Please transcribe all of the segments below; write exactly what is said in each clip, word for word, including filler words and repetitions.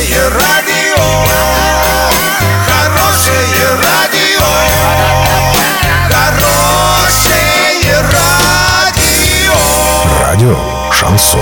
Хорошее радио, хорошее радио, хорошее радио. Радио Шансон.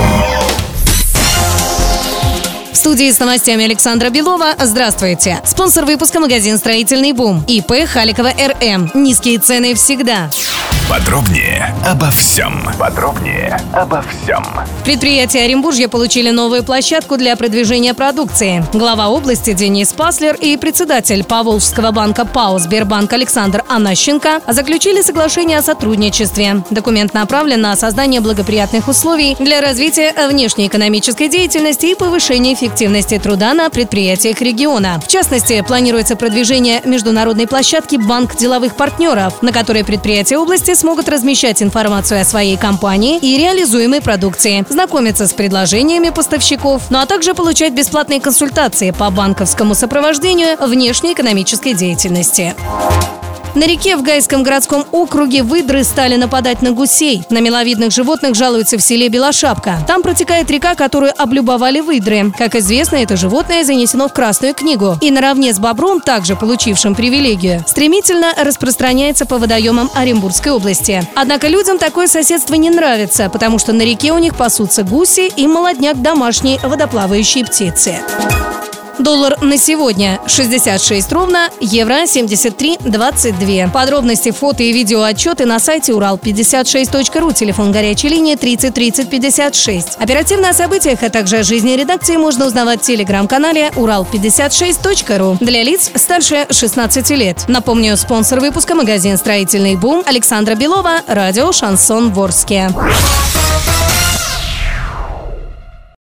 В студии с новостями Александра Белова. Здравствуйте. Спонсор выпуска — магазин «Строительный бум». ИП Халикова эр.эм. Низкие цены всегда. Подробнее обо всем. Подробнее обо всем. Предприятия Оренбуржья получили новую площадку для продвижения продукции. Глава области Денис Паслер и председатель Поволжского банка ПАО «Сбербанк» Александр Анащенко заключили соглашение о сотрудничестве. Документ направлен на создание благоприятных условий для развития внешнеэкономической деятельности и повышения эффективности труда на предприятиях региона. В частности, планируется продвижение международной площадки «Банк деловых партнеров», на которой предприятия области смогут размещать информацию о своей компании и реализуемой продукции, знакомиться с предложениями поставщиков, ну а также получать бесплатные консультации по банковскому сопровождению внешнеэкономической деятельности. На реке в Гайском городском округе выдры стали нападать на гусей. На миловидных животных жалуются в селе Белошапка. Там протекает река, которую облюбовали выдры. Как известно, это животное занесено в Красную книгу. И наравне с бобром, также получившим привилегию, стремительно распространяется по водоемам Оренбургской области. Однако людям такое соседство не нравится, потому что на реке у них пасутся гуси и молодняк домашней водоплавающей птицы. Доллар на сегодня шестьдесят шесть ровно, евро семьдесят три двадцать два. Подробности, фото и видеоотчеты на сайте урал пятьдесят шесть точка ру, телефон горячей линии тридцать тридцать пятьдесят шесть. Оперативно о событиях, а также о жизни редакции можно узнавать в телеграм-канале урал пятьдесят шесть точка ру для лиц старше шестнадцати лет. Напомню, спонсор выпуска — магазин «Строительный бум». Александра Белова, радио «Шансон» в Орске.